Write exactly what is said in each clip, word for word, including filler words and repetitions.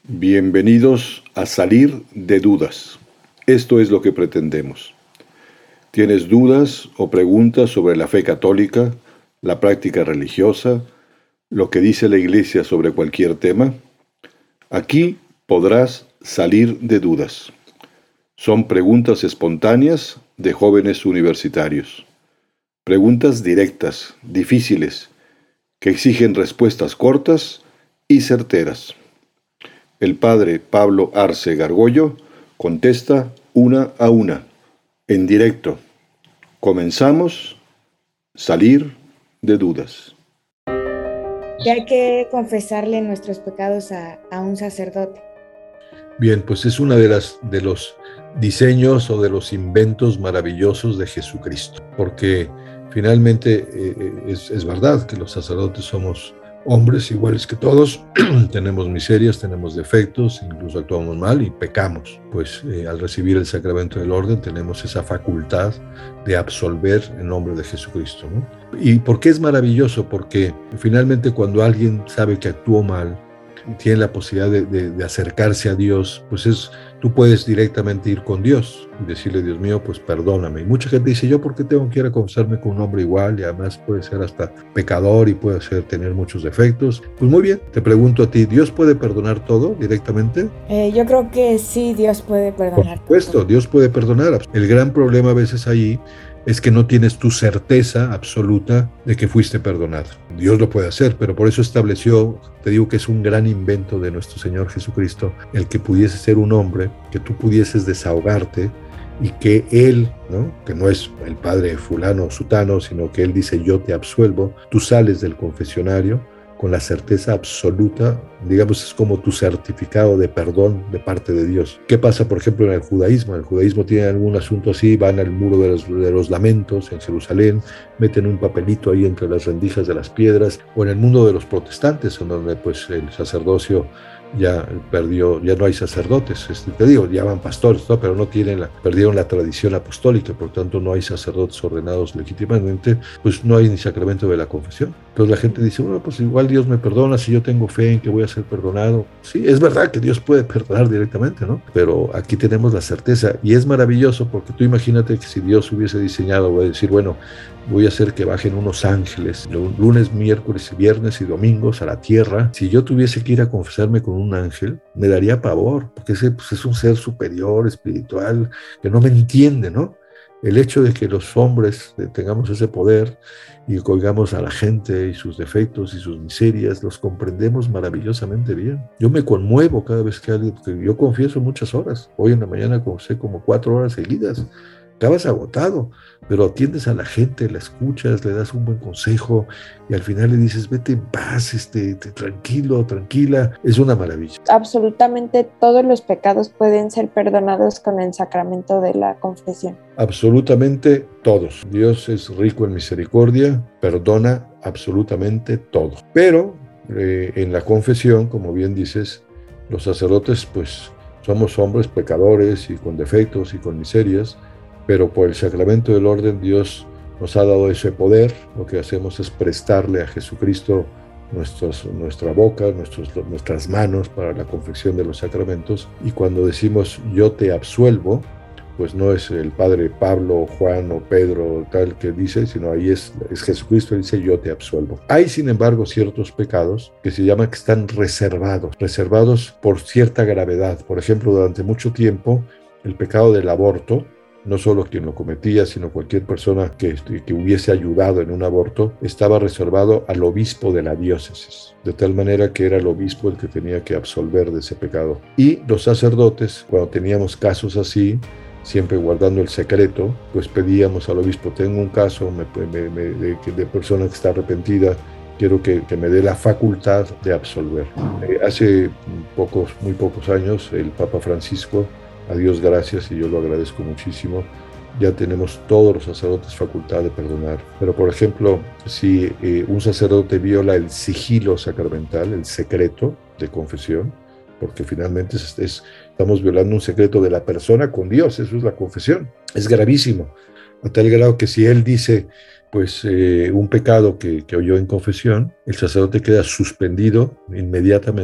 Bienvenidos a Salir de Dudas. Esto es lo que pretendemos. ¿Tienes dudas o preguntas sobre la fe católica, la práctica religiosa, lo que dice la Iglesia sobre cualquier tema? Aquí podrás salir de dudas. Son preguntas espontáneas de jóvenes universitarios. Preguntas directas, difíciles, que exigen respuestas cortas y certeras. El padre Pablo Arce Gargollo contesta una a una, en directo. Comenzamos. Salir de dudas. Y hay que confesarle nuestros pecados a, a un sacerdote. Bien, pues es uno de, las, de los diseños o de los inventos maravillosos de Jesucristo, porque finalmente eh, es, es verdad que los sacerdotes somos hombres iguales que todos, tenemos miserias, tenemos defectos, incluso actuamos mal y pecamos. Pues eh, al recibir el sacramento del orden tenemos esa facultad de absolver en nombre de Jesucristo, ¿no? ¿Y por qué es maravilloso? Porque finalmente cuando alguien sabe que actuó mal, tiene la posibilidad de, de, de acercarse a Dios, pues es, tú puedes directamente ir con Dios y decirle, Dios mío, pues perdóname. Y mucha gente dice, ¿yo por qué tengo que ir a confesarme con un hombre igual? Y además puede ser hasta pecador y puede ser, tener muchos defectos. Pues muy bien, te pregunto a ti, ¿Dios puede perdonar todo directamente? Eh, yo creo que sí, Dios puede perdonar. Por supuesto, todo. Dios puede perdonar. El gran problema a veces ahí es que no tienes tu certeza absoluta de que fuiste perdonado. Dios lo puede hacer, pero por eso estableció, te digo que es un gran invento de nuestro Señor Jesucristo, el que pudiese ser un hombre, que tú pudieses desahogarte y que Él, ¿no? Que no es el padre fulano o sutano, sino que Él dice, yo te absuelvo, tú sales del confesionario con la certeza absoluta, digamos, es como tu certificado de perdón de parte de Dios. ¿Qué pasa, por ejemplo, en el judaísmo? El judaísmo tiene algún asunto así, van al muro de los, de los lamentos en Jerusalén, meten un papelito ahí entre las rendijas de las piedras, o en el mundo de los protestantes, en donde pues el sacerdocio ya perdió, ya no hay sacerdotes, este, te digo, llaman pastores, ¿no? Pero no tienen la, perdieron la tradición apostólica, por tanto no hay sacerdotes ordenados legítimamente, pues no hay ni sacramento de la confesión. Entonces la gente dice, bueno, pues igual Dios me perdona si yo tengo fe en que voy a ser perdonado. Sí, es verdad que Dios puede perdonar directamente, ¿no? Pero aquí tenemos la certeza y es maravilloso porque tú imagínate que si Dios hubiese diseñado, voy a decir, bueno, voy a hacer que bajen unos ángeles lunes, miércoles, viernes y domingos a la tierra. Si yo tuviese que ir a confesarme con un ángel, me daría pavor, porque ese pues, es un ser superior, espiritual, que no me entiende, ¿no? El hecho de que los hombres tengamos ese poder y oigamos a la gente y sus defectos y sus miserias, los comprendemos maravillosamente bien. Yo me conmuevo cada vez que alguien, porque yo confieso muchas horas. Hoy en la mañana confesé como cuatro horas seguidas. Acabas agotado, pero atiendes a la gente, la escuchas, le das un buen consejo y al final le dices, vete en paz, este, tranquilo, tranquila. Es una maravilla. Absolutamente todos los pecados pueden ser perdonados con el sacramento de la confesión. Absolutamente todos. Dios es rico en misericordia, perdona absolutamente todo. Pero eh, en la confesión, como bien dices, los sacerdotes pues somos hombres pecadores y con defectos y con miserias, pero por el sacramento del orden Dios nos ha dado ese poder. Lo que hacemos es prestarle a Jesucristo nuestros, nuestra boca, nuestros, nuestras manos para la confección de los sacramentos, y cuando decimos yo te absuelvo, pues no es el padre Pablo, Juan o Pedro tal que dice, sino ahí es, es Jesucristo, dice yo te absuelvo. Hay sin embargo ciertos pecados que se llama que están reservados, reservados por cierta gravedad. Por ejemplo, durante mucho tiempo el pecado del aborto, no solo quien lo cometía, sino cualquier persona que, que hubiese ayudado en un aborto, estaba reservado al obispo de la diócesis, de tal manera que era el obispo el que tenía que absolver de ese pecado. Y los sacerdotes, cuando teníamos casos así, siempre guardando el secreto, pues pedíamos al obispo, tengo un caso me, me, me, de, de persona que está arrepentida, quiero que, que me dé la facultad de absolver. Eh, hace pocos, muy pocos años, el Papa Francisco, a Dios gracias, y yo lo agradezco muchísimo, ya tenemos todos los sacerdotes facultad de perdonar. Pero, por ejemplo, si eh, un sacerdote viola el sigilo sacramental, el secreto de confesión, porque finalmente es, es, estamos violando un secreto de la persona con Dios, eso es la confesión, es gravísimo, a tal grado que si él dice pues eh, un pecado que, que oyó en confesión, el sacerdote queda suspendido inmediatamente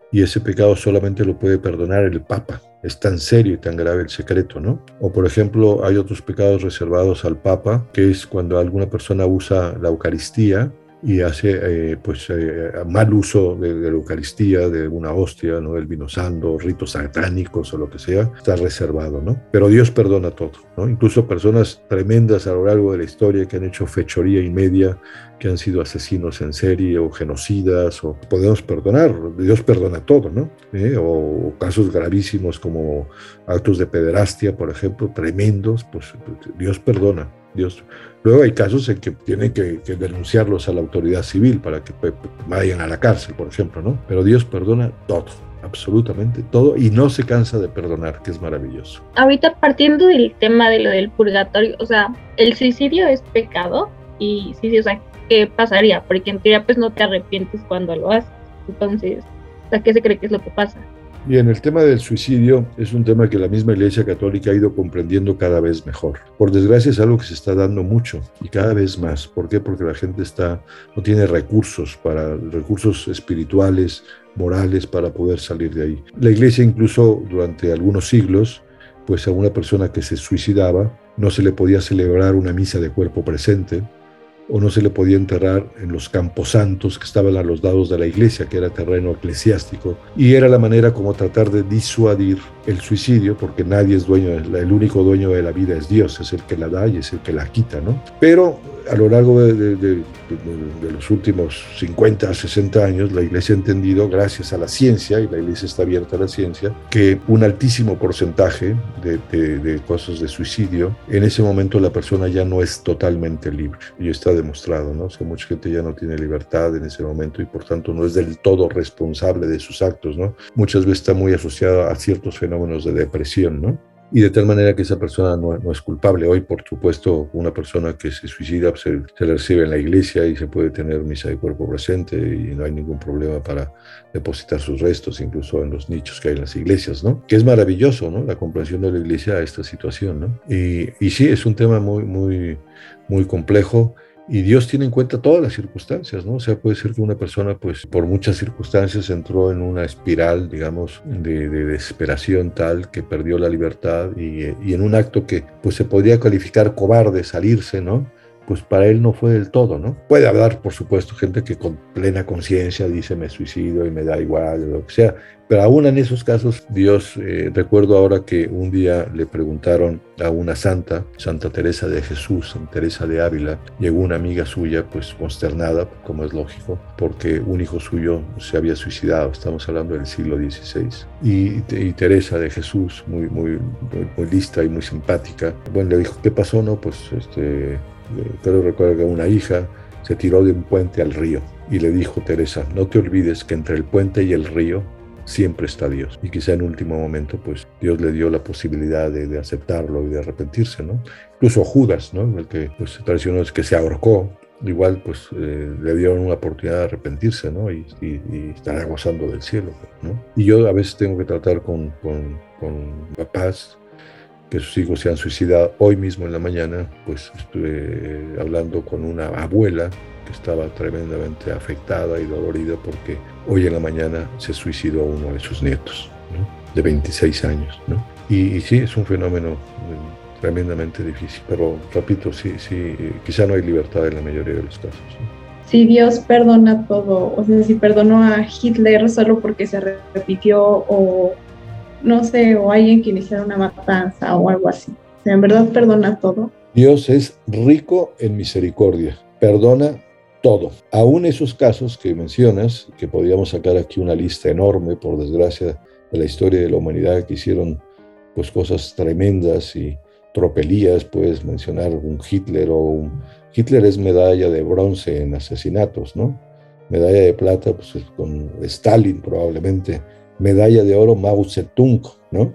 y ese pecado solamente lo puede perdonar el Papa. Es tan serio y tan grave el secreto, ¿no? O por ejemplo, hay otros pecados reservados al Papa, que es cuando alguna persona usa la Eucaristía y hace eh, pues eh, mal uso de, de la Eucaristía, de una hostia, ¿no? El vino santo, ritos satánicos o lo que sea, está reservado, ¿no? Pero Dios perdona todo, ¿no? Incluso personas tremendas a lo largo de la historia que han hecho fechoría y media, que han sido asesinos en serie o genocidas, o podemos perdonar, Dios perdona todo, ¿no? ¿Eh? O, o casos gravísimos como actos de pederastia, por ejemplo, tremendos, pues Dios perdona, Dios. Luego hay casos en que tienen que, que denunciarlos a la autoridad civil para que pues, vayan a la cárcel, por ejemplo, ¿no? Pero Dios perdona todo, absolutamente todo, y no se cansa de perdonar, que es maravilloso. Ahorita partiendo del tema de lo del purgatorio, o sea, ¿el suicidio es pecado? Y sí, sí, o sea, ¿qué pasaría? Porque en teoría pues no te arrepientes cuando lo haces. Entonces, o sea, ¿qué se cree que es lo que pasa? Y en el tema del suicidio es un tema que la misma Iglesia Católica ha ido comprendiendo cada vez mejor. Por desgracia es algo que se está dando mucho y cada vez más. ¿Por qué? Porque la gente está, no tiene recursos, para, recursos espirituales, morales para poder salir de ahí. La Iglesia incluso durante algunos siglos, pues a una persona que se suicidaba no se le podía celebrar una misa de cuerpo presente, o no se le podía enterrar en los camposantos que estaban a los lados de la iglesia, que era terreno eclesiástico, y era la manera como tratar de disuadir el suicidio, porque nadie es dueño, el único dueño de la vida es Dios, es el que la da y es el que la quita, ¿no? Pero a lo largo de, de, de, de, de los últimos cincuenta, sesenta años, la iglesia ha entendido, gracias a la ciencia, y la iglesia está abierta a la ciencia, que un altísimo porcentaje de, de, de casos de suicidio, en ese momento la persona ya no es totalmente libre, y está demostrado, ¿no? O sea, mucha gente ya no tiene libertad en ese momento y por tanto no es del todo responsable de sus actos, ¿no? Muchas veces está muy asociada a ciertos fenómenos de depresión, ¿no? Y de tal manera que esa persona no, no es culpable. Hoy, por supuesto, una persona que se suicida se, se le recibe en la iglesia y se puede tener misa de cuerpo presente y no hay ningún problema para depositar sus restos, incluso en los nichos que hay en las iglesias, ¿no? Que es maravilloso, ¿no? La comprensión de la iglesia a esta situación, ¿no? Y, y sí, es un tema muy, muy, muy complejo. Y Dios tiene en cuenta todas las circunstancias, ¿no? O sea, puede ser que una persona, pues, por muchas circunstancias entró en una espiral, digamos, de, de desesperación tal que perdió la libertad y, y en un acto que, pues, se podría calificar cobarde salirse, ¿no? Pues para él no fue del todo, ¿no? Puede haber, por supuesto, gente que con plena conciencia dice me suicido y me da igual, lo que sea, pero aún en esos casos, Dios, eh, recuerdo ahora que un día le preguntaron a una santa, Santa Teresa de Jesús, Santa Teresa de Ávila, llegó una amiga suya, pues consternada, como es lógico, porque un hijo suyo se había suicidado, estamos hablando del siglo dieciséis, y, y Teresa de Jesús, muy, muy, muy, muy lista y muy simpática, bueno, le dijo, ¿qué pasó? No, pues, este... pero recuerda que una hija se tiró de un puente al río y le dijo Teresa, no te olvides que entre el puente y el río siempre está Dios. Y quizá en último momento, pues Dios le dio la posibilidad de, de aceptarlo y de arrepentirse, ¿no? Incluso Judas, ¿no? El que pues, se traicionó, es que se ahorcó, igual pues eh, le dieron una oportunidad de arrepentirse, ¿no? Y, y, y estará gozando del cielo, ¿no? Y yo a veces tengo que tratar con, con, con papás que sus hijos se han suicidado. Hoy mismo en la mañana, pues estuve hablando con una abuela que estaba tremendamente afectada y dolorida porque hoy en la mañana se suicidó uno de sus nietos, ¿no? De veintiséis años, ¿no? Y, y sí, es un fenómeno eh, tremendamente difícil, pero repito, sí, sí, quizá no hay libertad en la mayoría de los casos, ¿no? Si Dios perdona todo, o sea, si perdonó a Hitler solo porque se repitió o no sé, o alguien que iniciara una matanza o algo así. O sea, en verdad perdona todo. Dios es rico en misericordia, perdona todo. Aún esos casos que mencionas, que podríamos sacar aquí una lista enorme, por desgracia, de la historia de la humanidad, que hicieron pues cosas tremendas y tropelías, puedes mencionar un Hitler o un... Hitler es medalla de bronce en asesinatos, ¿no? Medalla de plata, pues con Stalin probablemente. Medalla de oro Mao Zedong, ¿no?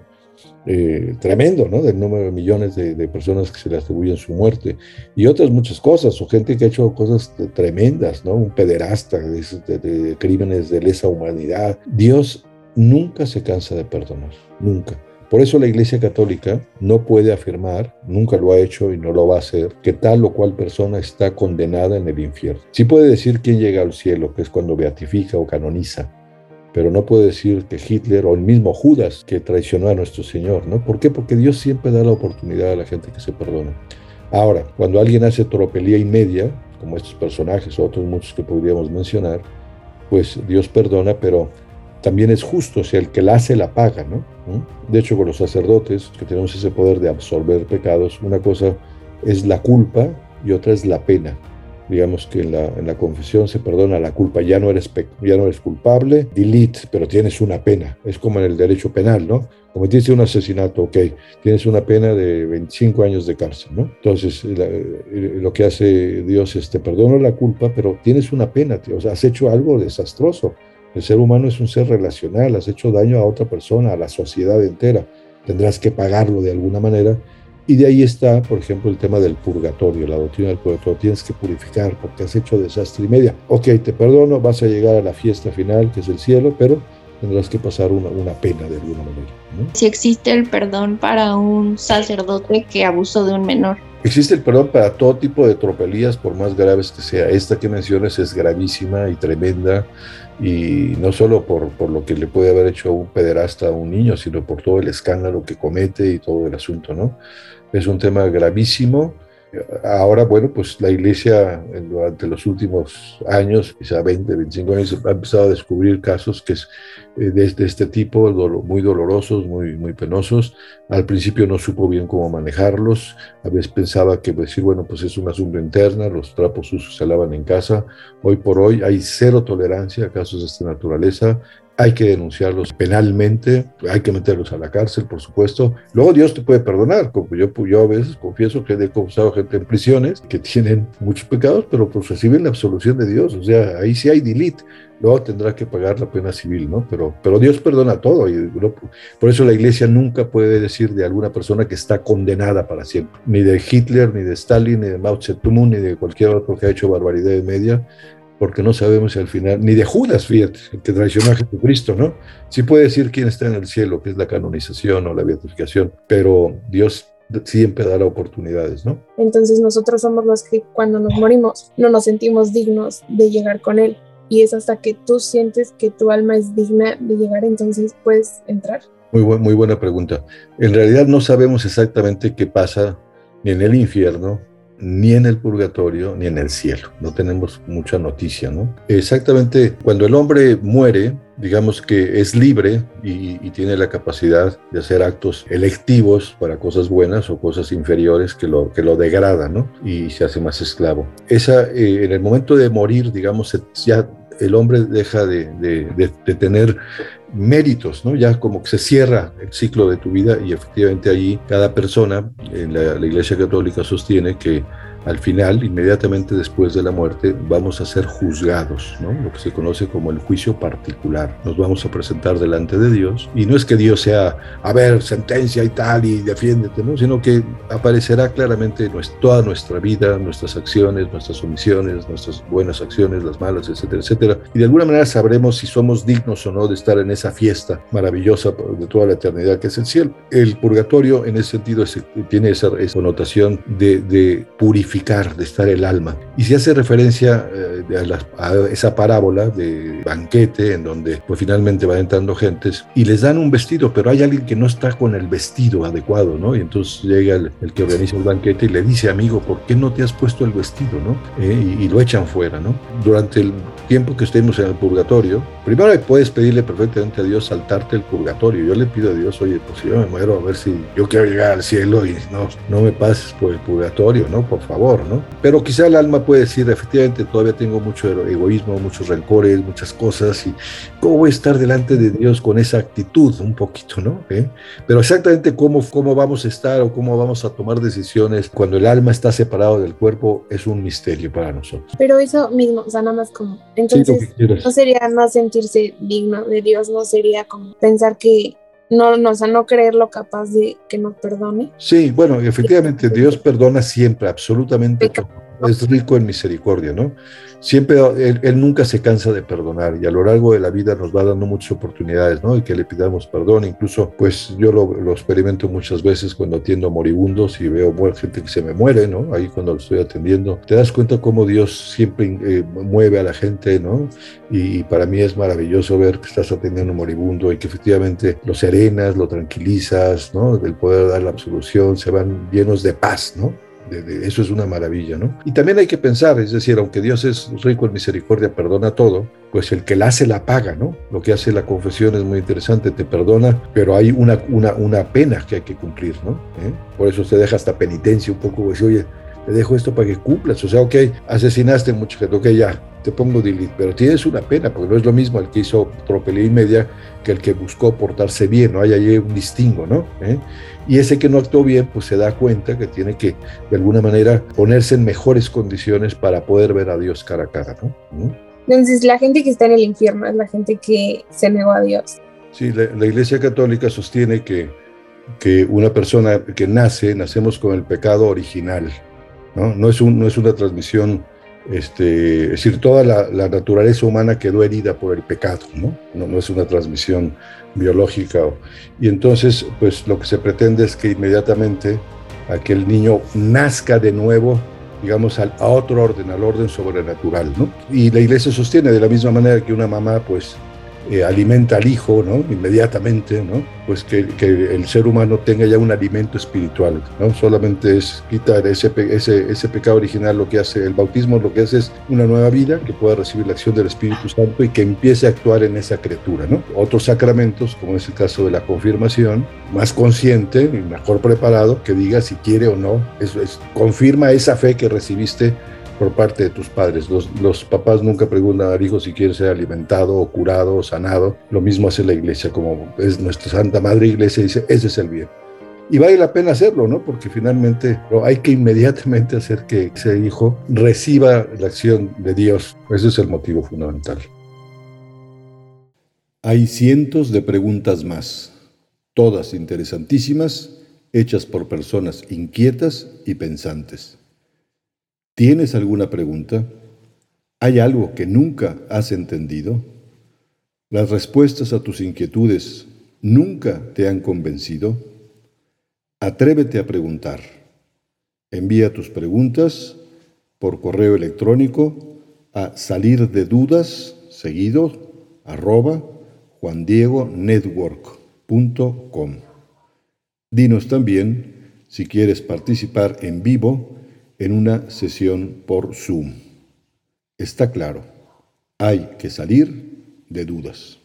Eh, tremendo, ¿no? Del número de millones de, de personas que se le atribuyen su muerte. Y otras muchas cosas, o gente que ha hecho cosas tremendas, ¿no? Un pederasta de, de, de crímenes de lesa humanidad. Dios nunca se cansa de perdonar, nunca. Por eso la Iglesia Católica no puede afirmar, nunca lo ha hecho y no lo va a hacer, que tal o cual persona está condenada en el infierno. Sí puede decir quién llega al cielo, que es cuando beatifica o canoniza, pero no puede decir que Hitler o el mismo Judas que traicionó a nuestro Señor, ¿no? ¿Por qué? Porque Dios siempre da la oportunidad a la gente que se perdona. Ahora, cuando alguien hace tropelía y media, como estos personajes o otros muchos que podríamos mencionar, pues Dios perdona, pero también es justo, o sea, el que la hace la paga, ¿no? De hecho, con los sacerdotes, que tenemos ese poder de absorber pecados, una cosa es la culpa y otra es la pena. Digamos que en la, en la confesión se perdona la culpa, ya no eres pe- ya no eres culpable, delete, pero tienes una pena. Es como en el derecho penal, ¿no? Cometiste un asesinato, ok, tienes una pena de veinticinco años de cárcel, ¿no? Entonces, la, lo que hace Dios es, te perdono la culpa, pero tienes una pena, tío. O sea, has hecho algo desastroso. El ser humano es un ser relacional, has hecho daño a otra persona, a la sociedad entera. Tendrás que pagarlo de alguna manera. Y de ahí está, por ejemplo, el tema del purgatorio, la doctrina del purgatorio. Tienes que purificar porque has hecho desastre y media. Ok, te perdono, vas a llegar a la fiesta final, que es el cielo, pero tendrás que pasar una, una pena de alguna manera, ¿no? Si existe el perdón para un sacerdote que abusó de un menor. Existe el perdón para todo tipo de tropelías, por más graves que sea. Esta que mencionas es gravísima y tremenda, y no solo por, por lo que le puede haber hecho a un pederasta a un niño, sino por todo el escándalo que comete y todo el asunto, ¿no? Es un tema gravísimo. Ahora, bueno, pues la Iglesia durante los últimos años, quizá veinte, veinticinco años, ha empezado a descubrir casos que es eh, de, de este tipo, muy dolorosos, muy, muy penosos. Al principio no supo bien cómo manejarlos. A veces pensaba que decir, bueno, pues es un asunto interno, los trapos sucios se lavan en casa. Hoy por hoy hay cero tolerancia a casos de esta naturaleza. Hay que denunciarlos penalmente, hay que meterlos a la cárcel, por supuesto. Luego Dios te puede perdonar, como yo, yo a veces confieso que he confesado gente en prisiones que tienen muchos pecados, pero pues reciben la absolución de Dios, o sea, ahí sí hay delete. Luego tendrá que pagar la pena civil, ¿no? Pero, pero Dios perdona todo, y ¿no? Por eso la Iglesia nunca puede decir de alguna persona que está condenada para siempre, ni de Hitler, ni de Stalin, ni de Mao Zedong, ni de cualquier otro que ha hecho barbaridad y media, porque no sabemos si al final, ni de Judas, fíjate, el que traicionó a Jesucristo, ¿no? Sí puede decir quién está en el cielo, que es la canonización o la beatificación, pero Dios siempre dará oportunidades, ¿no? Entonces nosotros somos los que cuando nos morimos no nos sentimos dignos de llegar con Él, y es hasta que tú sientes que tu alma es digna de llegar, entonces puedes entrar. Muy, bu- muy buena pregunta. En realidad no sabemos exactamente qué pasa ni en el infierno, ni en el purgatorio, ni en el cielo. No tenemos mucha noticia, ¿no? Exactamente, cuando el hombre muere, digamos que es libre y, y tiene la capacidad de hacer actos electivos para cosas buenas o cosas inferiores que lo, que lo degradan, ¿no? Y se hace más esclavo. Esa, eh, en el momento de morir, digamos, ya el hombre deja de, de, de, de tener méritos, ¿no? Ya como que se cierra el ciclo de tu vida, y efectivamente allí cada persona, en la, la Iglesia Católica sostiene que al final, inmediatamente después de la muerte, vamos a ser juzgados, ¿no? Lo que se conoce como el juicio particular. Nos vamos a presentar delante de Dios, y no es que Dios sea, a ver, sentencia y tal, y defiéndete, ¿no? Sino que aparecerá claramente nuestra, toda nuestra vida, nuestras acciones, nuestras omisiones, nuestras buenas acciones, las malas, etcétera, etcétera. Y de alguna manera sabremos si somos dignos o no de estar en esa fiesta maravillosa de toda la eternidad que es el cielo. El purgatorio, en ese sentido, es, tiene esa, esa connotación de, de purificación, de estar el alma. Y se hace referencia eh, a, la, a esa parábola de banquete en donde pues finalmente van entrando gentes y les dan un vestido, pero hay alguien que no está con el vestido adecuado, ¿no? Y entonces llega el, el que organiza el banquete y le dice, amigo, ¿por qué no te has puesto el vestido, no? Eh, y, y lo echan fuera, ¿no? Durante el tiempo que estemos en el purgatorio, primero puedes pedirle perfectamente a Dios saltarte el purgatorio. Yo le pido a Dios, oye, pues si yo me muero, a ver si yo quiero llegar al cielo y no, no me pases por el purgatorio, ¿no? Por favor, ¿no? Pero quizá el alma puede decir, efectivamente, todavía tengo mucho egoísmo, muchos rencores, muchas cosas, y ¿cómo voy a estar delante de Dios con esa actitud? Un poquito, ¿no? ¿Eh? Pero exactamente cómo, cómo vamos a estar o cómo vamos a tomar decisiones cuando el alma está separado del cuerpo es un misterio para nosotros. Pero eso mismo, o sea, nada más como, entonces, sí, no sería no sentirse digno de Dios, no sería como pensar que No, no, o sea, no creerlo capaz de que nos perdone. Sí, bueno, efectivamente, Dios perdona siempre, absolutamente todo. es rico en misericordia, ¿no? Siempre, él, él nunca se cansa de perdonar y a lo largo de la vida nos va dando muchas oportunidades, ¿no? Y que le pidamos perdón. Incluso, pues yo lo, lo experimento muchas veces cuando atiendo moribundos y veo gente que se me muere, ¿no? Ahí cuando lo estoy atendiendo, te das cuenta cómo Dios siempre eh, mueve a la gente, ¿no? Y, y para mí es maravilloso ver que estás atendiendo a un moribundo y que efectivamente lo serenas, lo tranquilizas, ¿no? El poder dar la absolución, se van llenos de paz, ¿no? De, de, eso es una maravilla, ¿no? Y también hay que pensar, es decir, aunque Dios es rico en misericordia, perdona todo, pues el que la hace la paga, ¿no? Lo que hace la confesión es muy interesante, te perdona, pero hay una, una, una pena que hay que cumplir, ¿no? ¿Eh? Por eso se deja hasta penitencia un poco, pues, oye, te dejo esto para que cumplas, o sea, ok, asesinaste mucha gente, ok, ya, te pongo delete, pero tienes una pena, porque no es lo mismo el que hizo tropelía y media que el que buscó portarse bien, ¿no? Hay ahí un distingo, ¿no? ¿Eh? Y ese que no actuó bien, pues se da cuenta que tiene que, de alguna manera, ponerse en mejores condiciones para poder ver a Dios cara a cara, ¿no? ¿Mm? Entonces, la gente que está en el infierno es la gente que se negó a Dios. Sí, la, la Iglesia Católica sostiene que, que una persona que nace, nacemos con el pecado original, ¿no? No es, un, no es una transmisión, este, es decir, toda la, la naturaleza humana quedó herida por el pecado, ¿no? No, no es una transmisión biológica. Y entonces, pues lo que se pretende es que inmediatamente aquel niño nazca de nuevo, digamos, al, a otro orden, al orden sobrenatural, ¿no? Y la Iglesia sostiene de la misma manera que una mamá, pues, Eh, alimenta al hijo, ¿no? Inmediatamente, ¿no? Pues que, que el ser humano tenga ya un alimento espiritual, ¿no? Solamente es quitar ese, ese, ese pecado original. Lo que hace el bautismo, lo que hace es una nueva vida que pueda recibir la acción del Espíritu Santo y que empiece a actuar en esa criatura, ¿no? Otros sacramentos, como es el caso de la confirmación, más consciente y mejor preparado, que diga si quiere o no, eso es, confirma esa fe que recibiste por parte de tus padres. Los, los papás nunca preguntan al hijo si quiere ser alimentado o curado o sanado. Lo mismo hace la Iglesia, como es nuestra Santa Madre Iglesia, dice, ese es el bien. Y vale la pena hacerlo, ¿no? Porque finalmente hay que inmediatamente hacer que ese hijo reciba la acción de Dios. Ese es el motivo fundamental. Hay cientos de preguntas más, todas interesantísimas, hechas por personas inquietas y pensantes. ¿Tienes alguna pregunta? ¿Hay algo que nunca has entendido? ¿Las respuestas a tus inquietudes nunca te han convencido? Atrévete a preguntar. Envía tus preguntas por correo electrónico a salir de dudas, seguido, arroba, juandiegonetwork punto com. Dinos también si quieres participar en vivo en una sesión por Zoom. Está claro, hay que salir de dudas.